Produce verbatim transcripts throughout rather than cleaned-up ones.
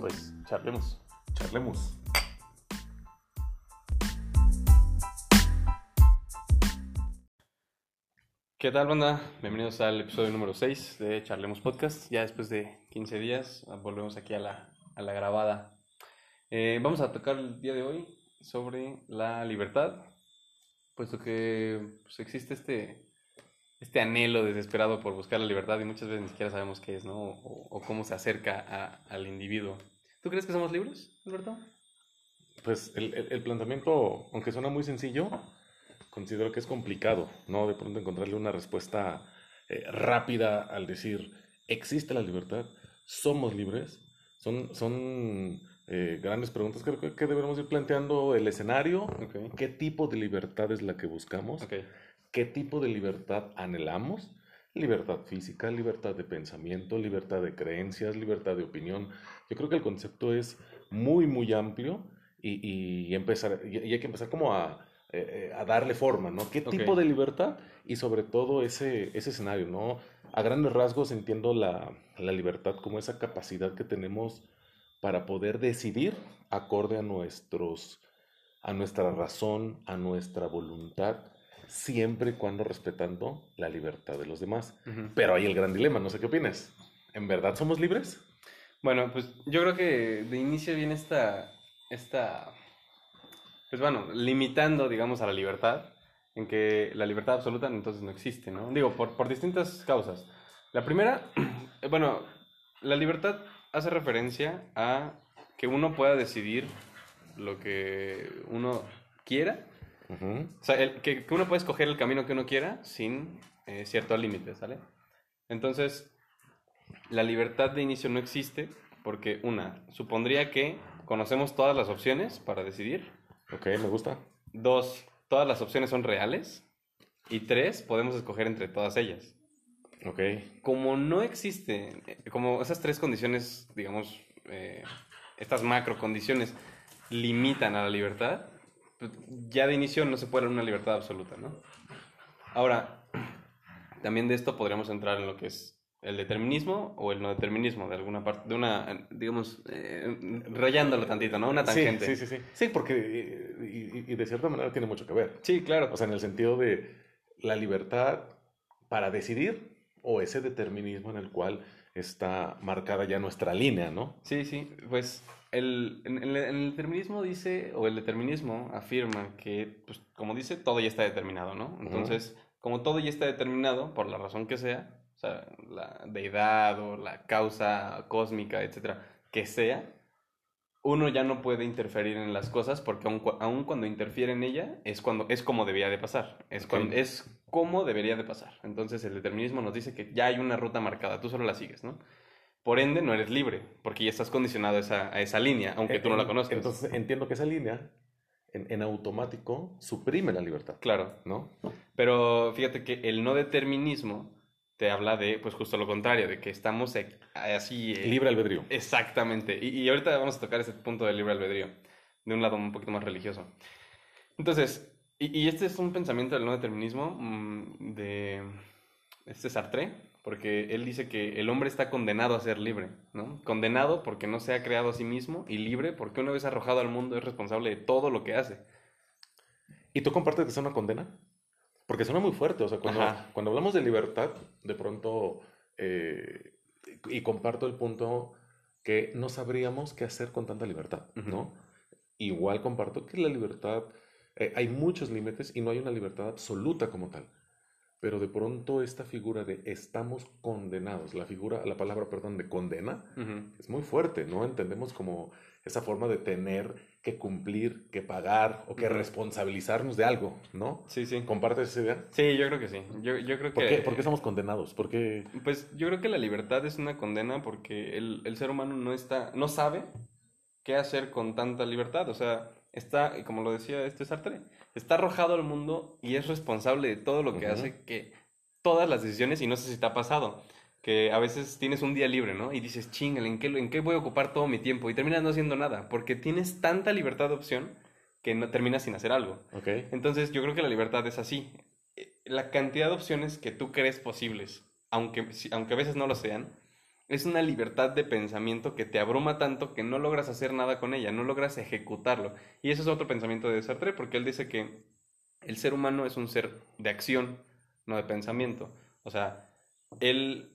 Pues charlemos. Charlemos. ¿Qué tal, banda? Bienvenidos al episodio número seis de Charlemos Podcast. Ya después de quince días volvemos aquí a la, a la grabada. Eh, vamos a tocar el día de hoy sobre la libertad, puesto que pues, existe este, este anhelo desesperado por buscar la libertad y muchas veces ni siquiera sabemos qué es, ¿no? O, o cómo se acerca a, al individuo. ¿Tú crees que somos libres, Alberto? Pues el, el, el planteamiento, aunque suena muy sencillo, considero que es complicado, ¿no? De pronto encontrarle una respuesta eh, rápida al decir, ¿existe la libertad? ¿Somos libres? Son, son eh, grandes preguntas. Creo que, que debemos ir planteando el escenario. Okay. ¿Qué tipo de libertad es la que buscamos? Okay. ¿Qué tipo de libertad anhelamos? Libertad física, libertad de pensamiento, libertad de creencias, libertad de opinión. Yo creo que el concepto es muy, muy amplio y, y, empezar, y, y hay que empezar como a, eh, a darle forma, ¿no? ¿Qué Okay. tipo de libertad? Y sobre todo ese, ese escenario, ¿no? A grandes rasgos entiendo la, la libertad como esa capacidad que tenemos para poder decidir acorde a, nuestros, a nuestra razón, a nuestra voluntad, siempre y cuando respetando la libertad de los demás. Uh-huh. Pero hay el gran dilema, no sé qué opinas. ¿En verdad somos libres? Bueno, pues yo creo que de inicio viene esta, esta, pues bueno, limitando, digamos, a la libertad, en que la libertad absoluta entonces no existe, ¿no? Digo, por, por distintas causas. La primera, bueno, la libertad hace referencia a que uno pueda decidir lo que uno quiera. Uh-huh. O sea, el, que, que uno puede escoger el camino que uno quiera sin eh, cierto límite, ¿sale? Entonces, la libertad de inicio no existe porque, una, supondría que conocemos todas las opciones para decidir. Ok, me gusta. Dos, todas las opciones son reales. Y tres, podemos escoger entre todas ellas. Ok. Como no existe, como esas tres condiciones, digamos, eh, estas macro condiciones limitan a la libertad, ya de inicio no se puede dar una libertad absoluta, ¿no? Ahora, también de esto podríamos entrar en lo que es el determinismo o el no determinismo, de alguna parte, de una, digamos, eh, rayándolo tantito, ¿no? Una tangente. Sí, sí, sí, sí. Sí, porque y, y de cierta manera tiene mucho que ver. Sí, claro. O sea, en el sentido de la libertad para decidir o ese determinismo en el cual está marcada ya nuestra línea, ¿no? Sí, sí, pues el, en, en el determinismo dice, o el determinismo afirma que, pues, como dice, todo ya está determinado, ¿no? Entonces, uh-huh. como todo ya está determinado, por la razón que sea, o sea, la deidad o la causa cósmica, etcétera, que sea, uno ya no puede interferir en las cosas porque aun, aun cuando interfiere en ella es, cuando, es como debería de pasar, es, okay. cuando, es como debería de pasar. Entonces el determinismo nos dice que ya hay una ruta marcada, tú solo la sigues, ¿no? Por ende no eres libre porque ya estás condicionado a esa, a esa línea, aunque en, tú no la conozcas. Entonces entiendo que esa línea en, en automático suprime la libertad. Claro, ¿no? Pero fíjate que el no determinismo te habla de, pues justo lo contrario, de que estamos así... Eh, libre albedrío. Exactamente. Y, y ahorita vamos a tocar ese punto del libre albedrío, de un lado un poquito más religioso. Entonces, y, y este es un pensamiento del no determinismo mmm, de este Sartre, porque él dice que el hombre está condenado a ser libre, ¿no? Condenado porque no se ha creado a sí mismo y libre porque una vez arrojado al mundo es responsable de todo lo que hace. ¿Y tú compartes que es una condena? Porque suena muy fuerte, o sea, cuando, cuando hablamos de libertad, de pronto, eh, y comparto el punto que no sabríamos qué hacer con tanta libertad, ¿no? Uh-huh. Igual comparto que la libertad, eh, hay muchos límites y no hay una libertad absoluta como tal. Pero de pronto esta figura de estamos condenados, la figura, la palabra, perdón, de condena, uh-huh. es muy fuerte, ¿no? Entendemos como esa forma de tener que cumplir, que pagar o que uh-huh. responsabilizarnos de algo, ¿no? Sí, sí. ¿Compartes esa idea? Sí, yo creo que sí. Yo, yo creo ¿Por que... qué? ¿Por qué somos condenados? ¿Por qué? Pues yo creo que la libertad es una condena porque el, el ser humano no está, no sabe qué hacer con tanta libertad. O sea, está, como lo decía este Sartre, está arrojado al mundo y es responsable de todo lo que uh-huh. hace, que todas las decisiones, y no sé si te ha pasado, que a veces tienes un día libre, ¿no? Y dices, chingale, ¿en qué, ¿en qué voy a ocupar todo mi tiempo? Y terminas no haciendo nada, porque tienes tanta libertad de opción que no terminas sin hacer algo. Okay. Entonces yo creo que la libertad es así. La cantidad de opciones que tú crees posibles, aunque, aunque a veces no lo sean, es una libertad de pensamiento que te abruma tanto que no logras hacer nada con ella, no logras ejecutarlo. Y ese es otro pensamiento de Sartre, porque él dice que el ser humano es un ser de acción, no de pensamiento. O sea, él,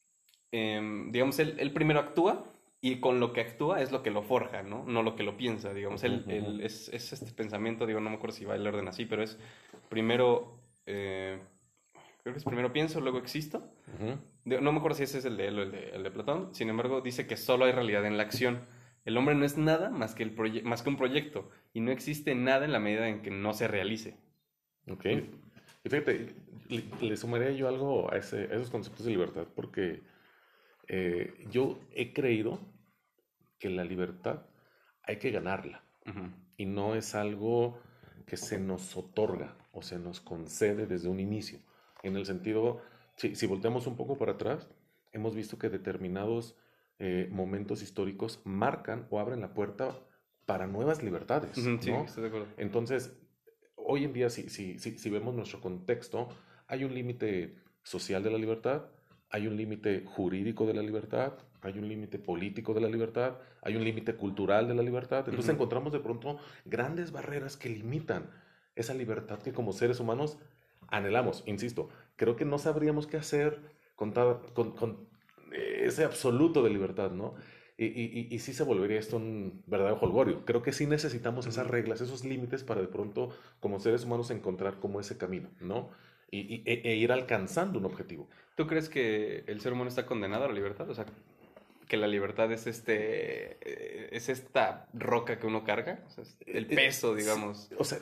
eh, digamos, él, él primero actúa y con lo que actúa es lo que lo forja, ¿no? No lo que lo piensa, digamos. Él, Ujú, él ujú. es, es este pensamiento, digo, no me acuerdo si va el orden así, pero es primero, eh, creo que es primero pienso, luego existo. Ujú. Digo, no me acuerdo si ese es el de él o el de, el de Platón. Sin embargo, dice que solo hay realidad en la acción. El hombre no es nada más que, el proye- más que un proyecto y no existe nada en la medida en que no se realice. Ok. Y fíjate, le, le sumaría yo algo a, ese, a esos conceptos de libertad, porque eh, yo he creído que la libertad hay que ganarla Ujú. y no es algo que se nos otorga o se nos concede desde un inicio. En el sentido, si, si volteamos un poco para atrás, hemos visto que determinados eh, momentos históricos marcan o abren la puerta para nuevas libertades, Ujú, sí, ¿no? estoy de acuerdo. Entonces, hoy en día, si, si, si, si vemos nuestro contexto, hay un límite social de la libertad, hay un límite jurídico de la libertad, hay un límite político de la libertad, hay un límite cultural de la libertad. Entonces Ujú. encontramos de pronto grandes barreras que limitan esa libertad que como seres humanos anhelamos. Insisto, creo que no sabríamos qué hacer con, ta- con, con ese absoluto de libertad, ¿no? Y, y, y, y sí se volvería esto un verdadero holgorio. Creo que sí necesitamos esas Ujú. reglas, esos límites para de pronto, como seres humanos, encontrar como ese camino, ¿no? Y, y- e, e ir alcanzando un objetivo. ¿Tú crees que el ser humano está condenado a la libertad? O sea, que la libertad es este, eh, es esta roca que uno carga, o sea, es el Eh, eh, peso, sí, digamos. o sea,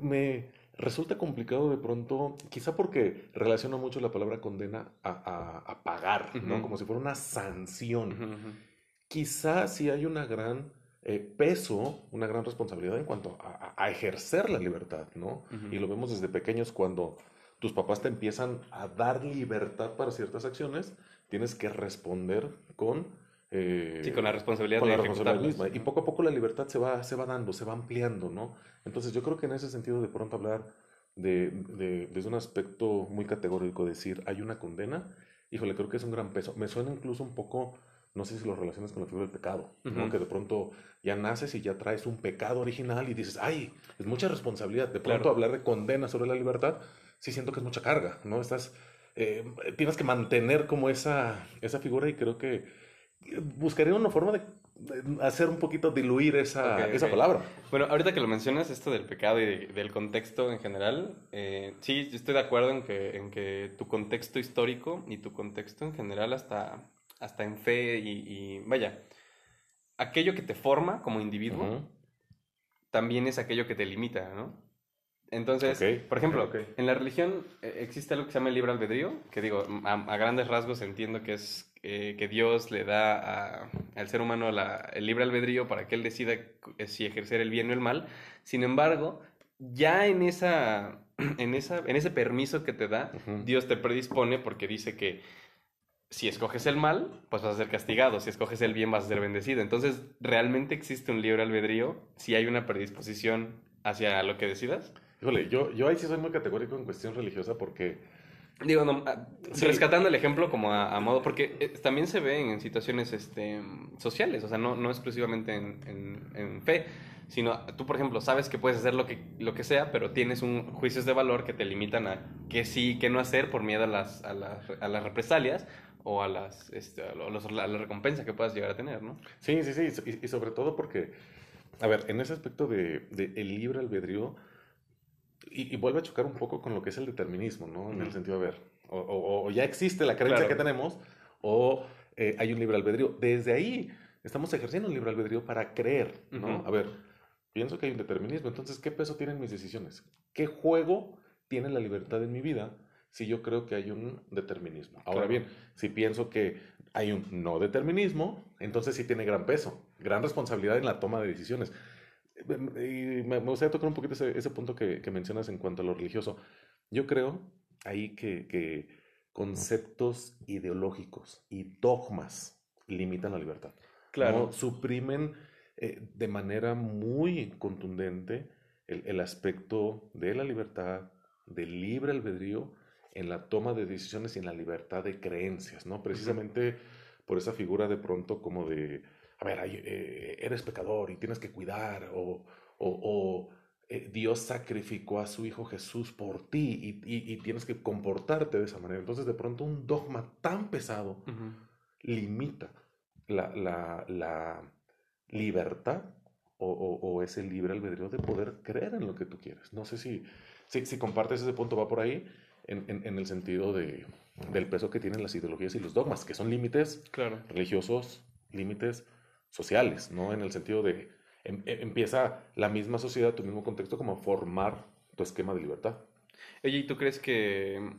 me resulta complicado de pronto, quizá porque relaciono mucho la palabra condena a, a- a pagar, ¿no? Ujú, Como si fuera una sanción. ujú, ujú. Quizá sí hay una gran eh, peso, una gran responsabilidad en cuanto a, a- a ejercer la libertad, ¿no? Ujú. Y lo vemos desde pequeños cuando tus papás te empiezan a dar libertad para ciertas acciones, tienes que responder con, Sí, con la eh, responsabilidad con de la responsabilidad ejecutarlas. misma. Y Ujú. poco a poco la libertad se va, se va dando, se va ampliando, ¿no? Entonces yo creo que en ese sentido de pronto hablar de, de- desde un aspecto muy categórico, decir hay una condena, híjole, creo que es un gran peso. Me suena incluso un poco, no sé si lo relacionas con la figura del pecado, ¿no? Ujú. Que de pronto ya naces y ya traes un pecado original y dices, ay, es mucha responsabilidad. De pronto Claro. hablar de condena sobre la libertad, sí siento que es mucha carga, ¿no? Estás, eh, tienes que mantener como esa, esa figura y creo que buscaría una forma de de hacer un poquito, diluir Ok, esa, esa ok. palabra. Bueno, ahorita que lo mencionas, esto del pecado y de- del contexto en general, eh, sí, yo estoy de acuerdo en que, en que tu contexto histórico y tu contexto en general, hasta, hasta en fe y, y vaya, aquello que te forma como individuo, Ujú. también es aquello que te limita, ¿no? Ok, Entonces, por ok, ejemplo, ok. en la religión eh, existe algo que se llama el libre albedrío, que digo, a, a grandes rasgos entiendo que es eh, que Dios le da a- al ser humano la- el libre albedrío para que él decida eh, si ejercer el bien o el mal. Sin embargo, ya en esa, en esa, en ese permiso que te da, Ujú. Dios te predispone porque dice que si escoges el mal, pues vas a ser castigado, si escoges el bien vas a ser bendecido. Entonces, ¿realmente existe un libre albedrío si hay una predisposición hacia lo que decidas? Híjole, yo, yo ahí sí soy muy categórico en cuestión religiosa porque Digo, no, ah, sí, rescatando el ejemplo como a, a modo, porque eh, también se ve en situaciones este, sociales, o sea, no, no exclusivamente en, en- en fe, sino tú, por ejemplo, sabes que puedes hacer lo que, lo que sea, pero tienes un juicios de valor que te limitan a qué sí y qué no hacer por miedo a las, a las, a las represalias o a, las, este, a, los- a la recompensa que puedas llegar a tener, ¿no? sí, sí, sí, y, y sobre todo porque, a ver, en ese aspecto de, de el libre albedrío, y, y vuelve a chocar un poco con lo que es el determinismo, ¿no? En el Ujú. sentido de ver, o, o- o ya existe la creencia que Claro. tenemos, o eh, hay un libre albedrío. Desde ahí estamos ejerciendo un libre albedrío para creer, ¿no? Ujú. A ver, pienso que hay un determinismo, entonces, ¿qué peso tienen mis decisiones? ¿Qué juego tiene la libertad en mi vida si yo creo que hay un determinismo? Ahora Claro. bien, si pienso que hay un no determinismo, entonces sí tiene gran peso, gran responsabilidad en la toma de decisiones. Y me, me gustaría tocar un poquito ese, ese punto que, que mencionas en cuanto a lo religioso. Yo creo ahí que, que conceptos ideológicos y dogmas limitan la libertad, ¿no? Claro. Suprimen eh, de manera muy contundente el, el aspecto de la libertad, del libre albedrío en la toma de decisiones y en la libertad de creencias, ¿no? Ujú. Precisamente por esa figura de pronto como de, a ver, hay, eh, eres pecador y tienes que cuidar, o, o, o eh, Dios sacrificó a su Hijo Jesús por ti y, y, y, tienes que comportarte de esa manera. Entonces de pronto un dogma tan pesado uh-huh. limita la, la, la libertad o, o, o ese libre albedrío de poder creer en lo que tú quieres. No sé si, si, si compartes ese punto, va por ahí, en, en, en el sentido de, del peso que tienen las ideologías y los dogmas, que son límites claro. religiosos, límites sociales, ¿no? En el sentido de, em, empieza la misma sociedad, tu mismo contexto, como a formar tu esquema de libertad. Oye, ¿y tú crees que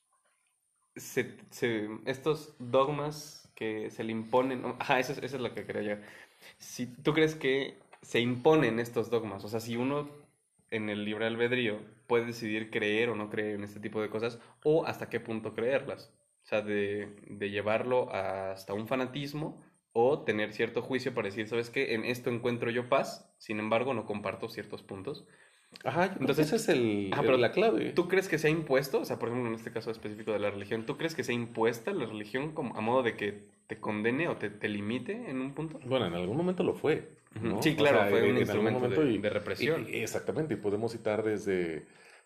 se, se, estos dogmas que se le imponen, ajá, eso, eso es lo que quería llegar, si tú crees que se imponen estos dogmas, o sea, si uno en el libre albedrío puede decidir creer o no creer en este tipo de cosas, o hasta qué punto creerlas, o sea, de, de llevarlo hasta un fanatismo o tener cierto juicio para decir, ¿sabes qué? En esto encuentro yo paz, sin embargo no comparto ciertos puntos. Ajá, entonces ese es el, ajá, pero el, la clave. ¿Tú crees que se ha impuesto? O sea, por ejemplo, en este caso específico de la religión, ¿tú crees que se ha impuesta la religión como a modo de que te condene o te, te limite en un punto? Bueno, en algún momento lo fue, ¿no? Sí, claro, o sea, fue un en, instrumento en algún momento de, y, de represión. Y, exactamente, y podemos citar desde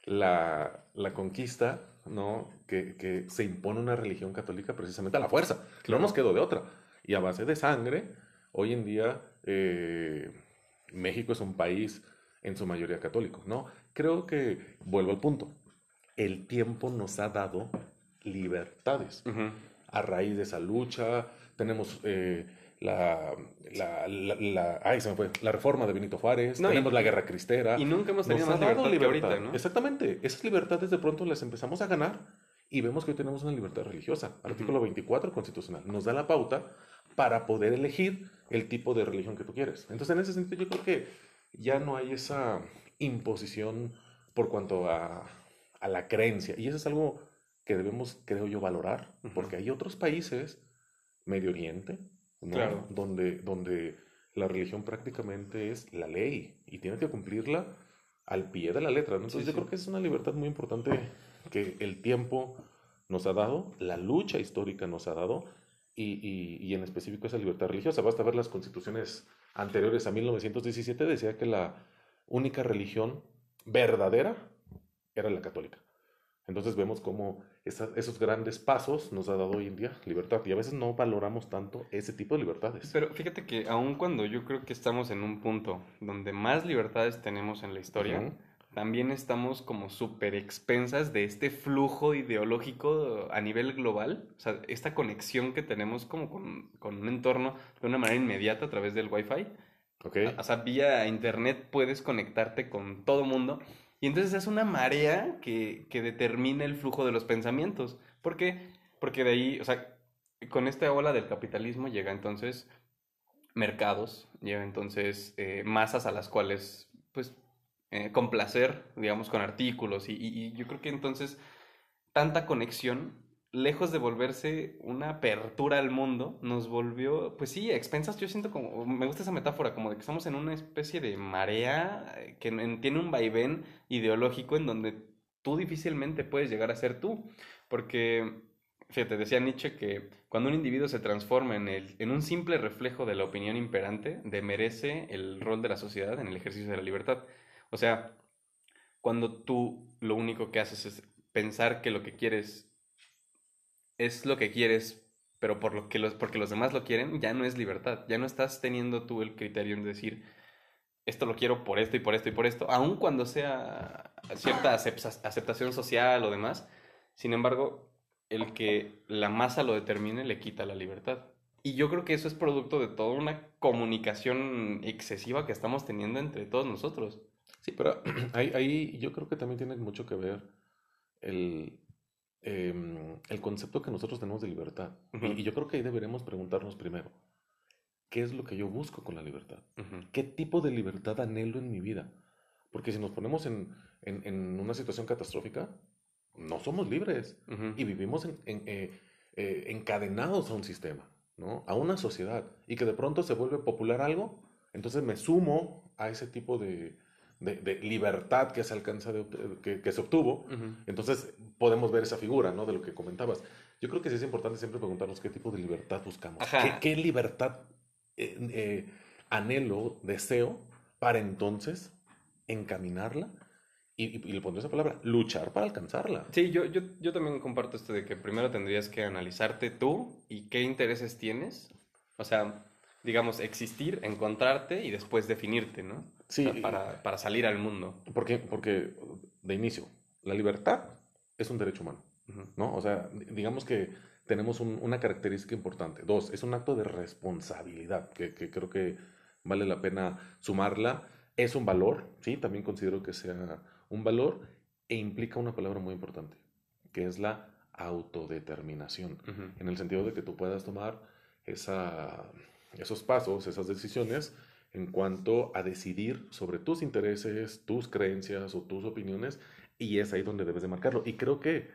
la, la conquista, ¿no? Que, que se impone una religión católica precisamente a la fuerza. Claro. No nos quedó de otra. Y a base de sangre, hoy en día eh, México es un país en su mayoría católico, ¿no? Creo que, vuelvo al punto, el tiempo nos ha dado libertades. Uh-huh. A raíz de esa lucha, tenemos eh, la, la, la, la, ay, se me fue, la reforma de Benito Juárez, no, tenemos y, la guerra cristera. Y nunca hemos tenido nos más libertad, libertad que ahorita, ¿no? Exactamente. Esas libertades de pronto las empezamos a ganar y vemos que hoy tenemos una libertad religiosa. Artículo uh-huh. veinticuatro constitucional. Nos da la pauta para poder elegir el tipo de religión que tú quieres. Entonces, en ese sentido, yo creo que ya no hay esa imposición por cuanto a, a la creencia. Y eso es algo que debemos, creo yo, valorar, uh-huh. porque hay otros países, Medio Oriente, ¿no? Claro. donde, donde la religión prácticamente es la ley y tienes que cumplirla al pie de la letra, ¿no? Entonces sí, yo sí. creo que es una libertad muy importante que el tiempo nos ha dado, la lucha histórica nos ha dado, y, y, y en específico esa libertad religiosa. Basta ver las constituciones anteriores a mil novecientos diecisiete, decía que la única religión verdadera era la católica. Entonces vemos cómo esa, esos grandes pasos nos ha dado hoy en día libertad, y a veces no valoramos tanto ese tipo de libertades. Pero fíjate que aun cuando yo creo que estamos en un punto donde más libertades tenemos en la historia, uh-huh. también estamos como súper expensas de este flujo ideológico a nivel global, o sea, esta conexión que tenemos como con, con un entorno de una manera inmediata a través del Wi-Fi. Okay. O sea, vía internet puedes conectarte con todo mundo. Y entonces es una marea que, que determina el flujo de los pensamientos. ¿Por qué? Porque de ahí, o sea, con esta ola del capitalismo llega entonces mercados, llega entonces eh, masas a las cuales, pues, eh, complacer, digamos, con artículos. Y, y, y yo creo que entonces tanta conexión, lejos de volverse una apertura al mundo, nos volvió, pues sí, a expensas. Yo siento como, me gusta esa metáfora, como de que estamos en una especie de marea que tiene un vaivén ideológico en donde tú difícilmente puedes llegar a ser tú, porque, fíjate, decía Nietzsche que cuando un individuo se transforma en, el, en un simple reflejo de la opinión imperante, demerece el rol de la sociedad en el ejercicio de la libertad. O sea, cuando tú lo único que haces es pensar que lo que quieres es lo que quieres, pero por lo que los, porque los demás lo quieren, ya no es libertad. Ya no estás teniendo tú el criterio en decir, esto lo quiero por esto y por esto y por esto, aun cuando sea cierta aceptación social o demás. Sin embargo, el que la masa lo determine le quita la libertad. Y yo creo que eso es producto de toda una comunicación excesiva que estamos teniendo entre todos nosotros. Sí, pero ahí, ahí yo creo que también tiene mucho que ver el... Eh, el concepto que nosotros tenemos de libertad. Uh-huh. Y, y yo creo que ahí deberemos preguntarnos primero, ¿qué es lo que yo busco con la libertad? Uh-huh. ¿Qué tipo de libertad anhelo en mi vida? Porque si nos ponemos en, en, en una situación catastrófica, no somos libres. Uh-huh. Y vivimos en, en, eh, eh, encadenados a un sistema, ¿no? A una sociedad. Y que de pronto se vuelve popular algo, entonces me sumo a ese tipo de, de, de libertad que se alcanza, de, que, que se obtuvo. Uh-huh. Entonces podemos ver esa figura, ¿no? De lo que comentabas. Yo creo que sí es importante siempre preguntarnos qué tipo de libertad buscamos. ¿Qué, ¿Qué libertad eh, eh, anhelo, deseo, para entonces encaminarla? Y, y, y le pondré esa palabra, luchar para alcanzarla. Sí, yo, yo, yo también comparto esto de que primero tendrías que analizarte tú y qué intereses tienes. O sea, digamos, existir, encontrarte y después definirte, ¿no? Sí. O sea, para, para salir al mundo. Porque, porque, de inicio, la libertad es un derecho humano, uh-huh. ¿no? O sea, digamos que tenemos un, una característica importante. Dos, es un acto de responsabilidad, que, que creo que vale la pena sumarla. Es un valor, sí, también considero que sea un valor, e implica una palabra muy importante, que es la autodeterminación, uh-huh. en el sentido de que tú puedas tomar esa, esos pasos, esas decisiones, en cuanto a decidir sobre tus intereses, tus creencias o tus opiniones, y es ahí donde debes de marcarlo. Y creo que,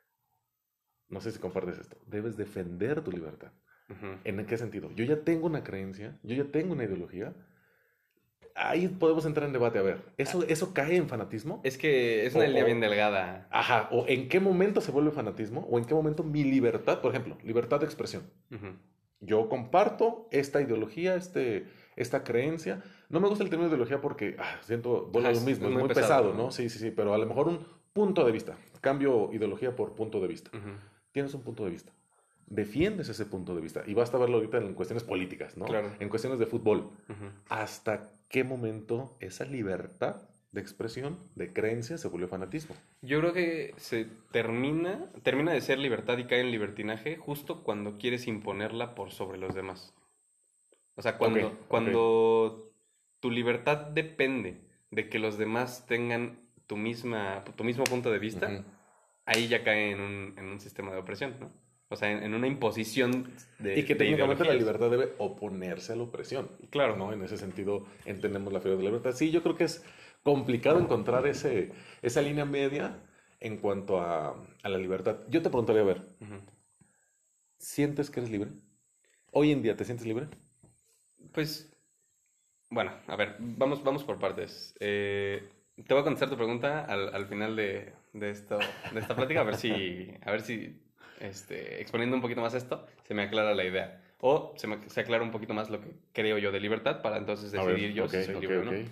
no sé si compartes esto, debes defender tu libertad. Uh-huh. ¿En qué sentido? Yo ya tengo una creencia, yo ya tengo una ideología. Ahí podemos entrar en debate, a ver, ¿eso, ¿eso cae en fanatismo? Es que es una línea bien delgada. Ajá, o ¿en qué momento se vuelve fanatismo? ¿O en qué momento mi libertad, por ejemplo, libertad de expresión? Uh-huh. Yo comparto esta ideología, este, esta creencia. No me gusta el término ideología porque ah, siento, vuelvo a lo mismo, es, es muy, muy pesado, pesado, ¿no? Sí, sí, sí, pero a lo mejor un punto de vista. Cambio ideología por punto de vista. Uh-huh. Tienes un punto de vista. Defiendes ese punto de vista. Y basta verlo ahorita en cuestiones políticas, ¿no? Claro. En cuestiones de fútbol. Uh-huh. ¿Hasta qué momento esa libertad de expresión, de creencia, se vuelve fanatismo? Yo creo que se termina, termina de ser libertad y cae en libertinaje justo cuando quieres imponerla por sobre los demás. O sea, cuando, okay, cuando okay. tu libertad depende de que los demás tengan tu, misma, tu mismo punto de vista, uh-huh. ahí ya cae en un, en un sistema de opresión, ¿no? O sea, en, en una imposición de Y que técnicamente la libertad debe oponerse a la opresión. Claro. ¿No? En ese sentido entendemos la figura de la libertad. Sí, yo creo que es complicado encontrar ese, esa línea media en cuanto a, a la libertad. Yo te preguntaría, a ver, uh-huh. ¿sientes que eres libre? ¿Hoy en día te sientes libre? Pues, bueno, a ver, vamos, vamos por partes. Eh, te voy a contestar tu pregunta al, al final de, de, esto, de esta plática, a ver si, a ver si este, exponiendo un poquito más esto, se me aclara la idea. O se me se aclara un poquito más lo que creo yo de libertad para entonces decidir ver, yo okay, si soy okay, libre okay. o no.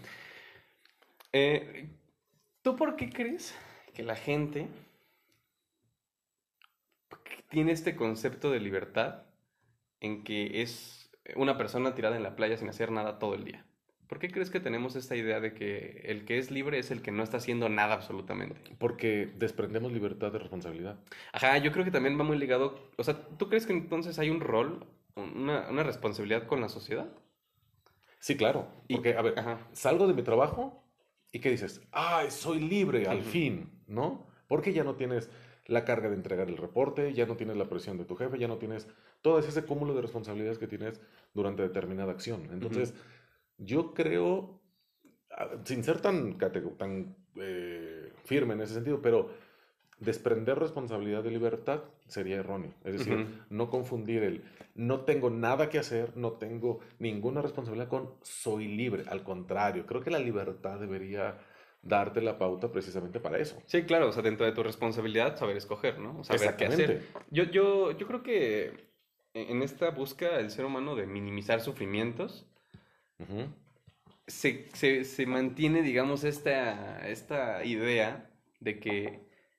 Eh, ¿Tú por qué crees que la gente tiene este concepto de libertad en que es una persona tirada en la playa sin hacer nada todo el día? ¿Por qué crees que tenemos esta idea de que el que es libre es el que no está haciendo nada absolutamente? Porque desprendemos libertad de responsabilidad. Ajá, yo creo que también va muy ligado. O sea, ¿tú crees que entonces hay un rol, una, una responsabilidad con la sociedad? Sí, claro. Porque, y, a ver, ajá. salgo de mi trabajo y ¿qué dices? ¡Ay, soy libre al uh-huh. fin! ¿No? Porque ya no tienes la carga de entregar el reporte, ya no tienes la presión de tu jefe, ya no tienes todo ese cúmulo de responsabilidades que tienes durante determinada acción. Entonces, uh-huh. yo creo, sin ser tan, tan eh, firme en ese sentido, pero desprender responsabilidad de libertad sería erróneo. Es decir, uh-huh. no confundir el no tengo nada que hacer, no tengo ninguna responsabilidad con soy libre. Al contrario, creo que la libertad debería darte la pauta precisamente para eso. Sí, claro, o sea, dentro de tu responsabilidad saber escoger, ¿no? O saber qué hacer. Yo, yo, yo creo que en esta busca el ser humano de minimizar sufrimientos, uh-huh. se, se, se mantiene, digamos, esta, esta idea de que,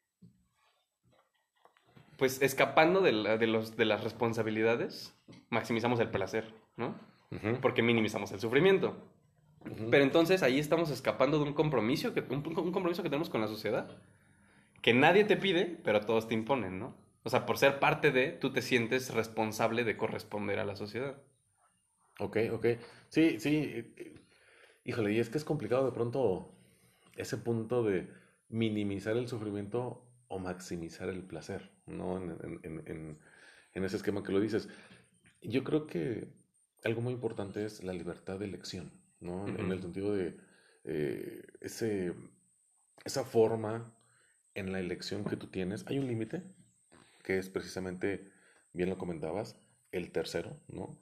pues, escapando de, la, de, los, de las responsabilidades, maximizamos el placer, ¿no? Uh-huh. Porque minimizamos el sufrimiento. Uh-huh. Pero entonces ahí estamos escapando de un compromiso, que, un, un compromiso que tenemos con la sociedad, que nadie te pide, pero todos te imponen, ¿no? O sea, por ser parte de, tú te sientes responsable de corresponder a la sociedad. Ok, ok. Sí, sí. Híjole, y es que es complicado de pronto ese punto de minimizar el sufrimiento o maximizar el placer, ¿no? En, en, en, en ese esquema que lo dices. Yo creo que algo muy importante es la libertad de elección, ¿no? Uh-huh. En el sentido de eh, ese, esa forma en la elección que tú tienes. Hay un límite que es precisamente, bien lo comentabas, el tercero, ¿no?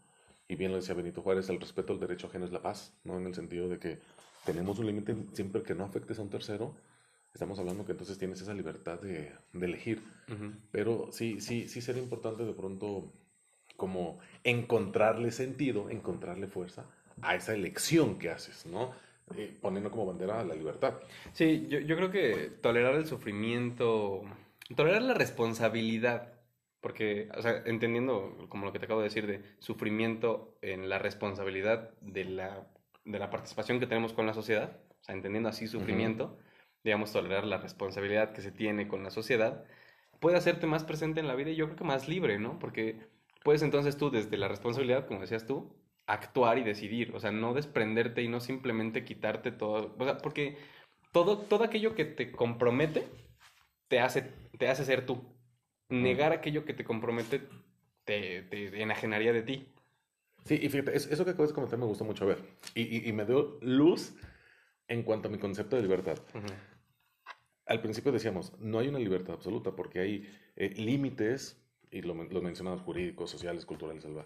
y bien lo decía Benito Juárez, el respeto al derecho ajeno es la paz, ¿no? En el sentido de que tenemos un límite siempre que no afectes a un tercero, estamos hablando que entonces tienes esa libertad de, de elegir. Uh-huh. Pero sí, sí, sí sería importante de pronto como encontrarle sentido, encontrarle fuerza a esa elección que haces, ¿no? Eh, poniendo como bandera la libertad. Sí, yo, yo creo que tolerar el sufrimiento, tolerar la responsabilidad, porque, o sea, entendiendo como lo que te acabo de decir de sufrimiento en la responsabilidad de la, de la participación que tenemos con la sociedad, o sea, entendiendo así sufrimiento, uh-huh. digamos, tolerar la responsabilidad que se tiene con la sociedad, puede hacerte más presente en la vida y yo creo que más libre, ¿no? Porque puedes entonces tú, desde la responsabilidad, como decías tú, actuar y decidir, o sea, no desprenderte y no simplemente quitarte todo, o sea, porque todo, todo aquello que te compromete te hace, te hace ser tú. Negar mm. aquello que te compromete te, te enajenaría de ti. Sí, y fíjate, eso que acabas de comentar me gusta mucho ver, y, y, y me dio luz en cuanto a mi concepto de libertad. Uh-huh. Al principio decíamos, no hay una libertad absoluta porque hay eh, límites, y lo, lo mencionamos, jurídicos, sociales, culturales, algo.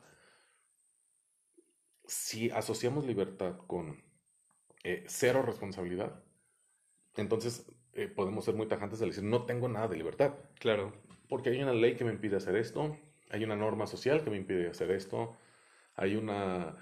Si asociamos libertad con eh, cero responsabilidad, entonces eh, podemos ser muy tajantes al decir, no tengo nada de libertad. Claro. Porque hay una ley que me impide hacer esto, hay una norma social que me impide hacer esto, hay una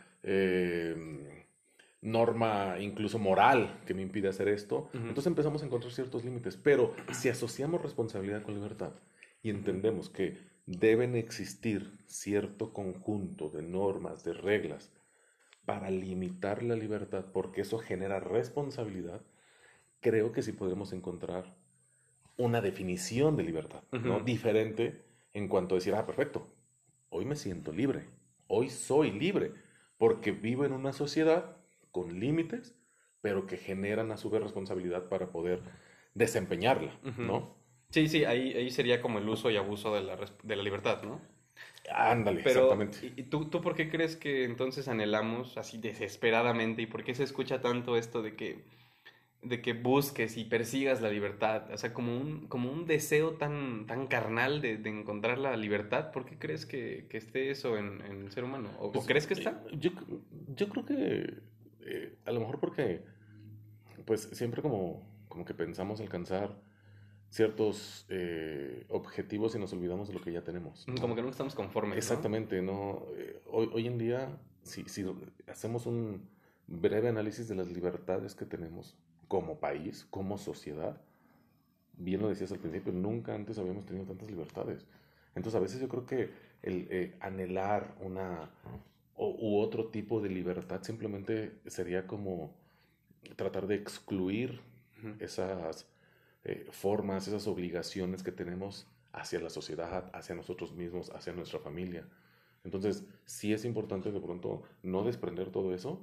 eh, norma incluso moral que me impide hacer esto. Uh-huh. Entonces empezamos a encontrar ciertos límites. Pero si asociamos responsabilidad con libertad y entendemos que deben existir cierto conjunto de normas, de reglas, para limitar la libertad, porque eso genera responsabilidad, creo que sí podremos encontrar una definición de libertad, uh-huh. ¿no? Diferente en cuanto a decir, ah, perfecto, hoy me siento libre, hoy soy libre, porque vivo en una sociedad con límites, pero que generan a su vez responsabilidad para poder desempeñarla, uh-huh. ¿no? Sí, sí, ahí, ahí sería como el uso y abuso de la, de la libertad, ¿no? Ándale, pero, exactamente. ¿y tú, tú por qué crees que entonces anhelamos así desesperadamente y por qué se escucha tanto esto de que, de que busques y persigas la libertad? O sea, como un, como un deseo tan, tan carnal de, de encontrar la libertad. ¿Por qué crees que, que esté eso en, en el ser humano? ¿O, pues, ¿o crees que está? Yo, yo creo que eh, a lo mejor porque pues siempre como, como que pensamos alcanzar ciertos eh, objetivos y nos olvidamos de lo que ya tenemos, ¿no? Como que nunca estamos conformes, Exactamente, ¿no? ¿no? Eh, hoy, hoy en día, si, si hacemos un breve análisis de las libertades que tenemos como país, como sociedad, bien lo decías al principio, nunca antes habíamos tenido tantas libertades. Entonces, a veces yo creo que el eh, anhelar una o, u otro tipo de libertad simplemente sería como tratar de excluir uh-huh. esas eh, formas, esas obligaciones que tenemos hacia la sociedad, hacia nosotros mismos, hacia nuestra familia. Entonces, sí es importante de pronto no desprender todo eso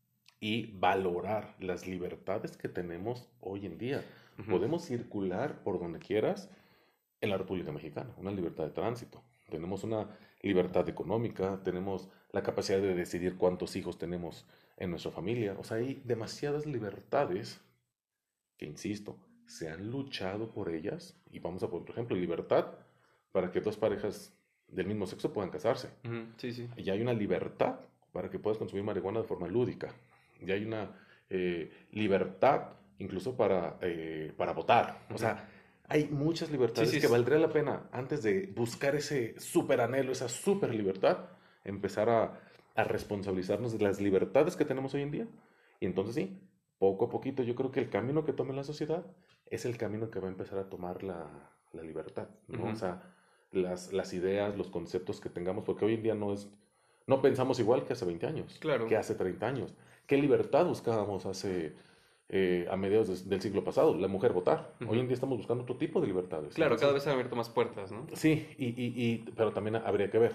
y valorar las libertades que tenemos hoy en día. Uh-huh. Podemos circular por donde quieras en la República Mexicana, una libertad de tránsito. Tenemos una libertad económica, tenemos la capacidad de decidir cuántos hijos tenemos en nuestra familia. O sea, hay demasiadas libertades que, insisto, se han luchado por ellas. Y vamos a poner, por ejemplo, libertad para que dos parejas del mismo sexo puedan casarse. Uh-huh. Sí, sí. Y hay una libertad para que puedas consumir marihuana de forma lúdica. Y hay una eh, libertad incluso para, eh, para votar. Uh-huh. O sea, hay muchas libertades sí, sí, que sí. valdría la pena, antes de buscar ese súper anhelo, esa súper libertad, empezar a, a responsabilizarnos de las libertades que tenemos hoy en día. Y entonces sí, poco a poquito yo creo que el camino que tome la sociedad es el camino que va a empezar a tomar la, la libertad, ¿no? Uh-huh. O sea, las, las ideas, los conceptos que tengamos, porque hoy en día no es, no pensamos igual que hace veinte años, claro. que hace treinta años. ¿Qué libertad buscábamos hace... Eh, a mediados de, del siglo pasado, la mujer votar? Uh-huh. Hoy en día estamos buscando otro tipo de libertades. Claro, entonces, cada vez se han abierto más puertas, ¿no? Sí, y, y, y, pero también habría que ver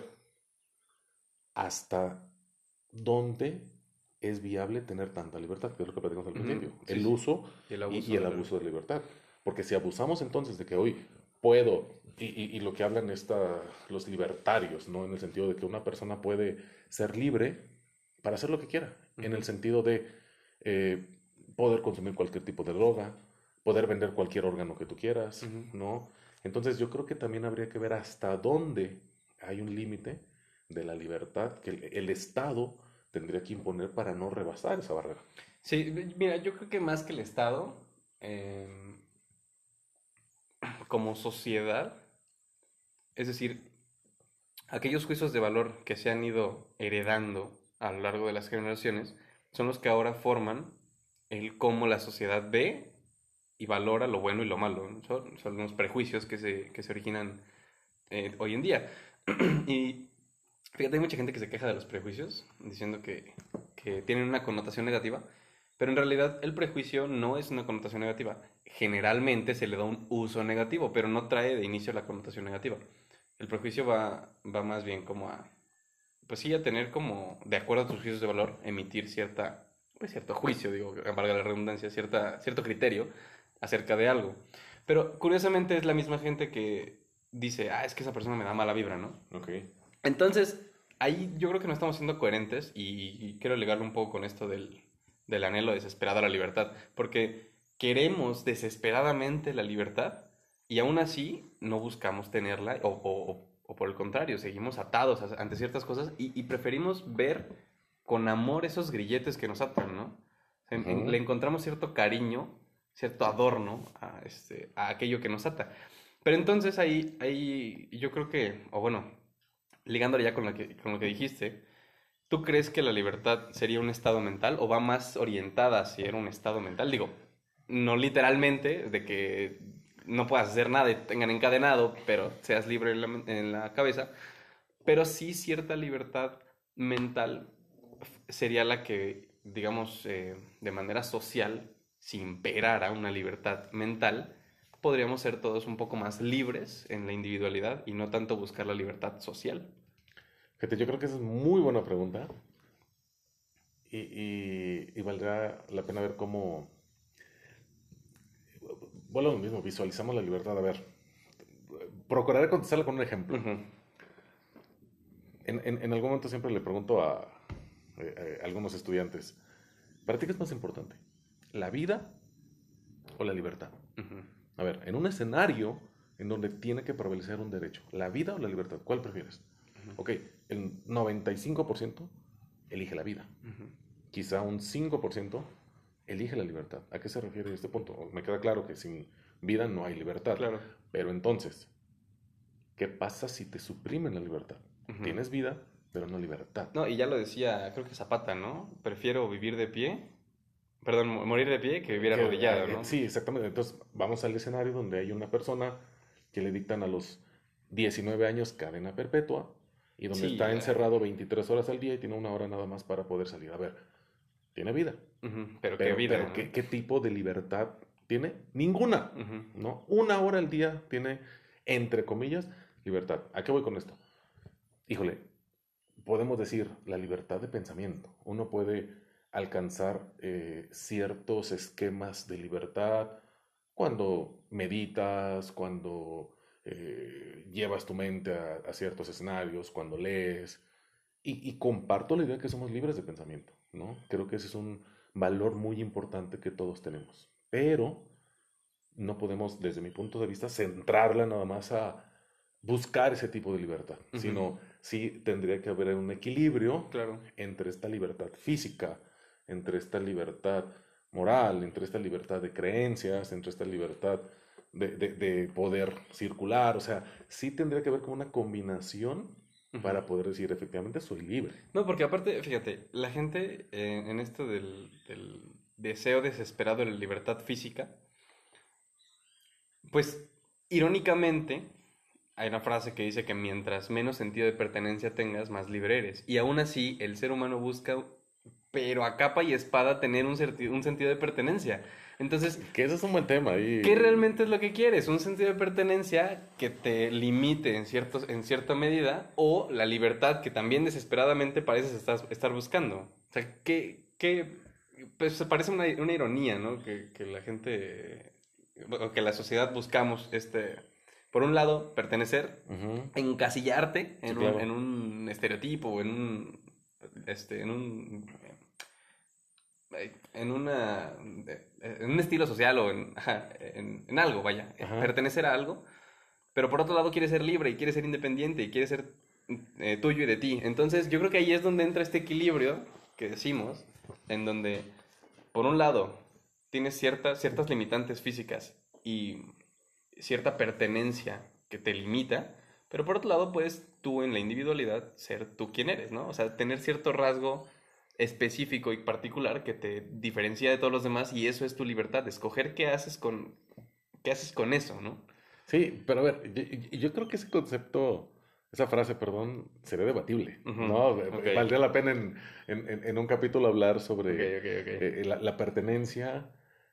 hasta dónde es viable tener tanta libertad, que es lo que platicamos al uh-huh. principio. Sí, el sí. uso y el abuso, y, y el de, abuso de libertad. Porque si abusamos entonces de que hoy puedo, y, y, y lo que hablan esta, los libertarios, ¿no? En el sentido de que una persona puede ser libre para hacer lo que quiera, uh-huh. en el sentido de eh, poder consumir cualquier tipo de droga, poder vender cualquier órgano que tú quieras, uh-huh. ¿no? Entonces yo creo que también habría que ver hasta dónde hay un límite de la libertad que el, el Estado tendría que imponer para no rebasar esa barrera. Sí, mira, yo creo que más que el Estado, eh, como sociedad, es decir, aquellos juicios de valor que se han ido heredando a lo largo de las generaciones son los que ahora forman el cómo la sociedad ve y valora lo bueno y lo malo, ¿no? Son, son los prejuicios que se, que se originan eh, hoy en día. Y fíjate, hay mucha gente que se queja de los prejuicios, diciendo que, que tienen una connotación negativa, pero en realidad el prejuicio no es una connotación negativa. Generalmente se le da un uso negativo, pero no trae de inicio la connotación negativa. El prejuicio va, va más bien como a, pues sí, a tener como, de acuerdo a tus juicios de valor, emitir cierta, pues cierto juicio, digo, valga la redundancia, cierta, cierto criterio acerca de algo. Pero curiosamente es la misma gente que dice, ah, es que esa persona me da mala vibra, ¿no? Ok. Entonces, ahí yo creo que no estamos siendo coherentes y, y quiero ligarlo un poco con esto del, del anhelo desesperado a la libertad, porque queremos desesperadamente la libertad y aún así no buscamos tenerla o, o, o por el contrario, seguimos atados ante ciertas cosas y, y preferimos ver con amor esos grilletes que nos atan, ¿no? En, en, le encontramos cierto cariño, cierto adorno a, este, a aquello que nos ata. Pero entonces ahí, ahí yo creo que, o bueno, ligándole ya con lo que, con lo que dijiste, ¿tú crees que la libertad sería un estado mental o va más orientada hacia un estado mental? Digo, no literalmente, de que no puedas hacer nada y te tengan encadenado, pero seas libre en la, en la cabeza, pero sí cierta libertad mental sería la que, digamos, eh, de manera social, si imperara una libertad mental, podríamos ser todos un poco más libres en la individualidad y no tanto buscar la libertad social. Fíjate, yo creo que esa es muy buena pregunta y, y, y valdrá la pena ver cómo, bueno, lo mismo, visualizamos la libertad. A ver, procuraré contestarla con un ejemplo. Uh-huh. En, en, en algún momento siempre le pregunto a, eh, a algunos estudiantes, ¿para ti qué es más importante? ¿La vida o la libertad? Uh-huh. A ver, en un escenario en donde tiene que prevalecer un derecho, ¿la vida o la libertad? ¿Cuál prefieres? Uh-huh. Ok, el noventa y cinco por ciento elige la vida. Uh-huh. Quizá un cinco por ciento elige la libertad. ¿A qué se refiere este punto? Me queda claro que sin vida no hay libertad. Claro. Pero entonces, ¿qué pasa si te suprimen la libertad? Uh-huh. Tienes vida, pero no libertad. No, y ya lo decía, creo que Zapata, ¿no? Prefiero vivir de pie, perdón, morir de pie que vivir que, arrodillado, ¿no? Sí, exactamente. Entonces, vamos al escenario donde hay una persona que le dictan a los diecinueve años cadena perpetua y donde sí, está encerrado veintitrés horas al día y tiene una hora nada más para poder salir. A ver, tiene vida. Uh-huh. Pero, pero qué vida. Pero ¿no? ¿qué, ¿qué tipo de libertad tiene? Ninguna. Uh-huh. ¿No? Una hora al día tiene, entre comillas, libertad. ¿A qué voy con esto? Híjole, podemos decir la libertad de pensamiento. Uno puede alcanzar eh, ciertos esquemas de libertad cuando meditas, cuando eh, llevas tu mente a, a ciertos escenarios, cuando lees. Y, y comparto la idea que somos libres de pensamiento, ¿no? Creo que ese es un valor muy importante que todos tenemos. Pero no podemos, desde mi punto de vista, centrarla nada más a buscar ese tipo de libertad, uh-huh. sino sí tendría que haber un equilibrio claro. entre esta libertad física, entre esta libertad moral, entre esta libertad de creencias, entre esta libertad de, de, de poder circular. O sea, sí tendría que haber como una combinación uh-huh. para poder decir, efectivamente, soy libre. No, porque aparte, fíjate, la gente eh, en esto del, del deseo desesperado de la libertad física, pues, irónicamente, hay una frase que dice que mientras menos sentido de pertenencia tengas, más libre eres. Y aún así, el ser humano busca, pero a capa y espada, tener un, certi- un sentido de pertenencia. Entonces, que ese es un buen tema. Y... ¿qué realmente es lo que quieres? ¿Un sentido de pertenencia que te limite en, ciertos, en cierta medida o la libertad que también desesperadamente pareces estar, estar buscando? O sea, ¿qué...? qué pues parece una, una ironía, ¿no? Que, que la gente, o que la sociedad buscamos este... Por un lado, pertenecer, uh-huh. encasillarte en, sí, claro. un, en un estereotipo, en un, este, en un, en una, en un estilo social o en, en, en algo, vaya, uh-huh. pertenecer a algo. Pero por otro lado, quieres ser libre y quieres ser independiente y quieres ser eh, tuyo y de ti. Entonces yo creo que ahí es donde entra este equilibrio que decimos, en donde, por un lado, tienes ciertas, ciertas limitantes físicas y cierta pertenencia que te limita, pero por otro lado puedes tú en la individualidad ser tú quien eres, ¿no? O sea, tener cierto rasgo específico y particular que te diferencia de todos los demás y eso es tu libertad, escoger qué haces con, qué haces con eso, ¿no? Sí, pero a ver, yo, yo creo que ese concepto, esa frase, perdón, sería debatible, Ujú, ¿no? ok. Valdría la pena en, en- en- en un capítulo hablar Ok, sobre ok, ok. eh, la, la pertenencia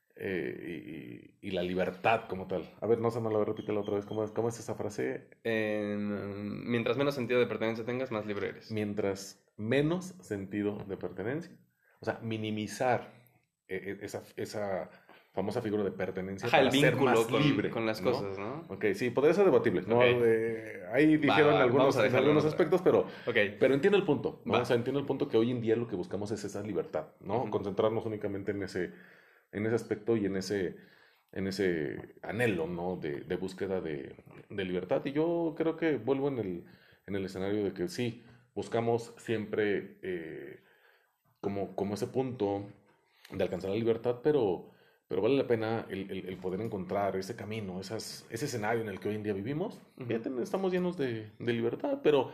eh, y, y la libertad como tal. A ver, no se me lo repite la otra vez, ¿cómo es, cómo es esa frase? En- mientras menos sentido de pertenencia tengas, más libre eres. Mientras menos sentido de pertenencia, o sea, minimizar eh, eh, esa, esa famosa figura de pertenencia Ajá, el para ser vínculo más con, libre, con las ¿no? cosas, ¿no? Ok, sí, podría ser debatible, Ok, ¿no? Eh, ahí va, dijeron va, vamos algunos, a en dejarlo en algunos otra. aspectos, pero, Ok, pero entiendo el punto, ¿no? O sea, va. entiendo el punto que hoy en día lo que buscamos es esa libertad, ¿no? Ujú. Concentrarnos únicamente en ese, en ese aspecto y en ese, en ese anhelo, ¿no? De, de búsqueda de, de libertad. Y yo creo que vuelvo en el, en el escenario de que sí, buscamos siempre eh, como, como ese punto de alcanzar la libertad, pero, pero vale la pena el, el- el poder encontrar ese camino, esas, ese escenario en el que hoy en día vivimos. Ujú. Fíjate, estamos llenos de, de libertad, pero,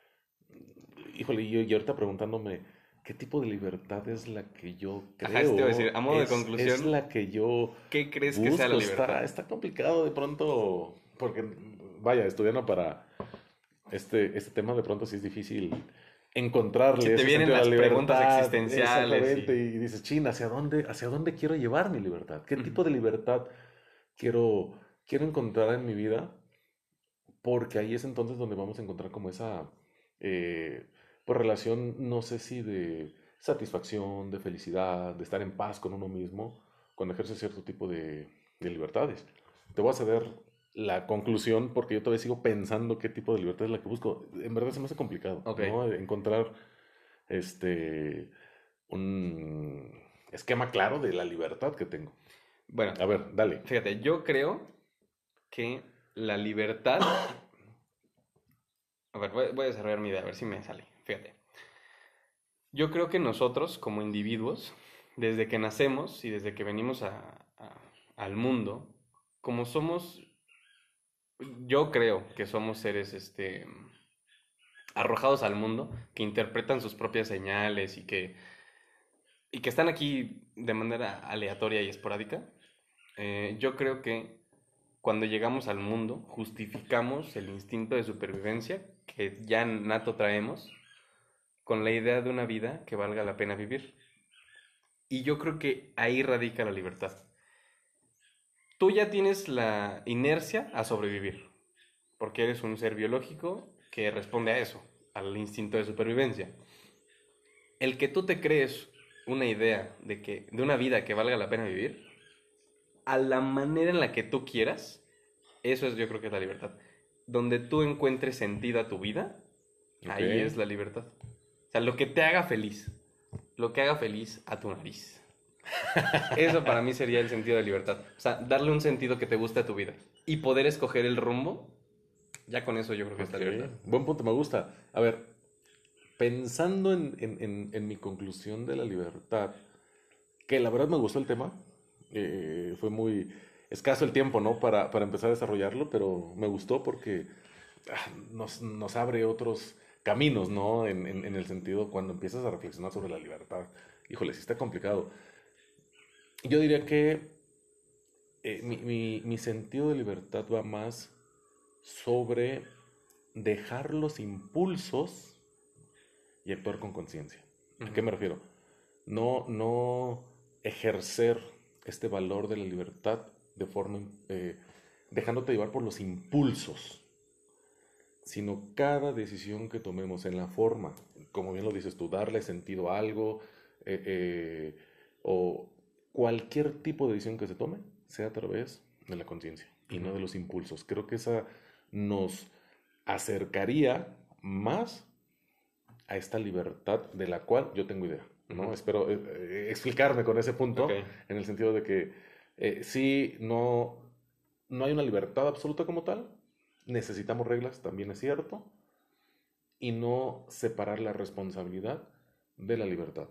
híjole, y yo y ahorita preguntándome, ¿qué tipo de libertad es la que yo Ajá, eso te iba a decir, creo? a modo de Es, es conclusión, la que yo ¿qué crees que sea la busco. Está, libertad? está complicado de pronto, porque, vaya, estudiando para este, este tema de pronto sí es difícil Si encontrarle te ese vienen sentido a la las preguntas libertad, existenciales exactamente, y... y dices, chin, ¿hacia dónde, hacia dónde quiero llevar mi libertad? ¿Qué Ujú. tipo de libertad quiero, quiero encontrar en mi vida? Porque ahí es entonces donde vamos a encontrar como esa, eh, pues relación, no sé si de satisfacción, de felicidad, de estar en paz con uno mismo, cuando ejerce cierto tipo de, de libertades. Te voy a ceder la conclusión porque yo todavía sigo pensando qué tipo de libertad es la que busco. En verdad se me hace complicado, Ok, ¿no? Encontrar este, un esquema claro de la libertad que tengo. bueno, A ver, dale. fíjate, yo creo que la libertad... A ver, voy, voy a desarrollar mi idea, a ver si me sale. Fíjate, yo creo que nosotros como individuos, desde que nacemos y desde que venimos a- a- al mundo, como somos, yo creo que somos seres, este, arrojados al mundo, que interpretan sus propias señales y que, y que están aquí de manera aleatoria y esporádica. Eh, yo creo que cuando llegamos al mundo justificamos el instinto de supervivencia que ya nato traemos con la idea de una vida que valga la pena vivir. Y yo creo que ahí radica la libertad. Tú ya tienes la inercia a sobrevivir, porque eres un ser biológico que responde a eso, al instinto de supervivencia. El que tú te crees una idea de que de una vida que valga la pena vivir, a la manera en la que tú quieras, eso es yo creo que es la libertad. Donde tú encuentres sentido a tu vida, Ok. ahí es la libertad. O sea, lo que te haga feliz, lo que haga feliz a tu nariz. Eso para mí sería el sentido de libertad. O sea, darle un sentido que te guste a tu vida y poder escoger el rumbo, ya con eso yo creo que está Ok, libertad. buen punto, me gusta. A ver, pensando en, en- en- en mi conclusión de la libertad, que la verdad me gustó el tema, eh, fue muy escaso el tiempo, ¿no? Para, para empezar a desarrollarlo, pero me gustó porque ah, nos, nos abre otros caminos, ¿no? En, en- en el sentido, cuando empiezas a reflexionar sobre la libertad. Híjole, sí está complicado. Yo diría que eh, mi, mi- mi sentido de libertad va más sobre dejar los impulsos y actuar con conciencia. ¿A qué Ujú. me refiero? No, no ejercer este valor de la libertad de forma, eh, dejándote llevar por los impulsos, sino cada decisión que tomemos en la forma, como bien lo dices tú, darle sentido a algo, eh, eh, o cualquier tipo de decisión que se tome, sea a través de la conciencia y Ujú. no de los impulsos. Creo que esa nos acercaría más a esta libertad de la cual yo tengo idea, ¿no? Ujú. Espero eh, eh, explicarme con ese Ok. punto, en el sentido de que eh, sí, no, no hay una libertad absoluta como tal, necesitamos reglas, también es cierto, y no separar la responsabilidad de la libertad.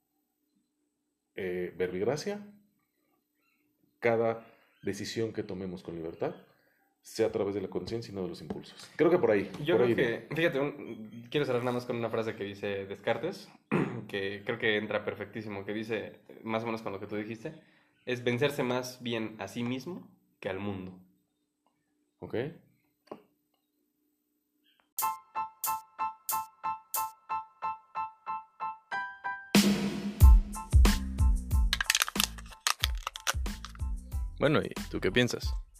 Eh, verbigracia, cada decisión que tomemos con libertad sea a través de la conciencia y no de los impulsos. Creo que por ahí. Yo por creo ahí que, bien. fíjate, un, quiero cerrar nada más con una frase que dice Descartes, que creo que entra perfectísimo, que dice, más o menos con lo que tú dijiste, es vencerse más bien a sí mismo que al mundo. Ok. Bueno, ¿y tú qué piensas?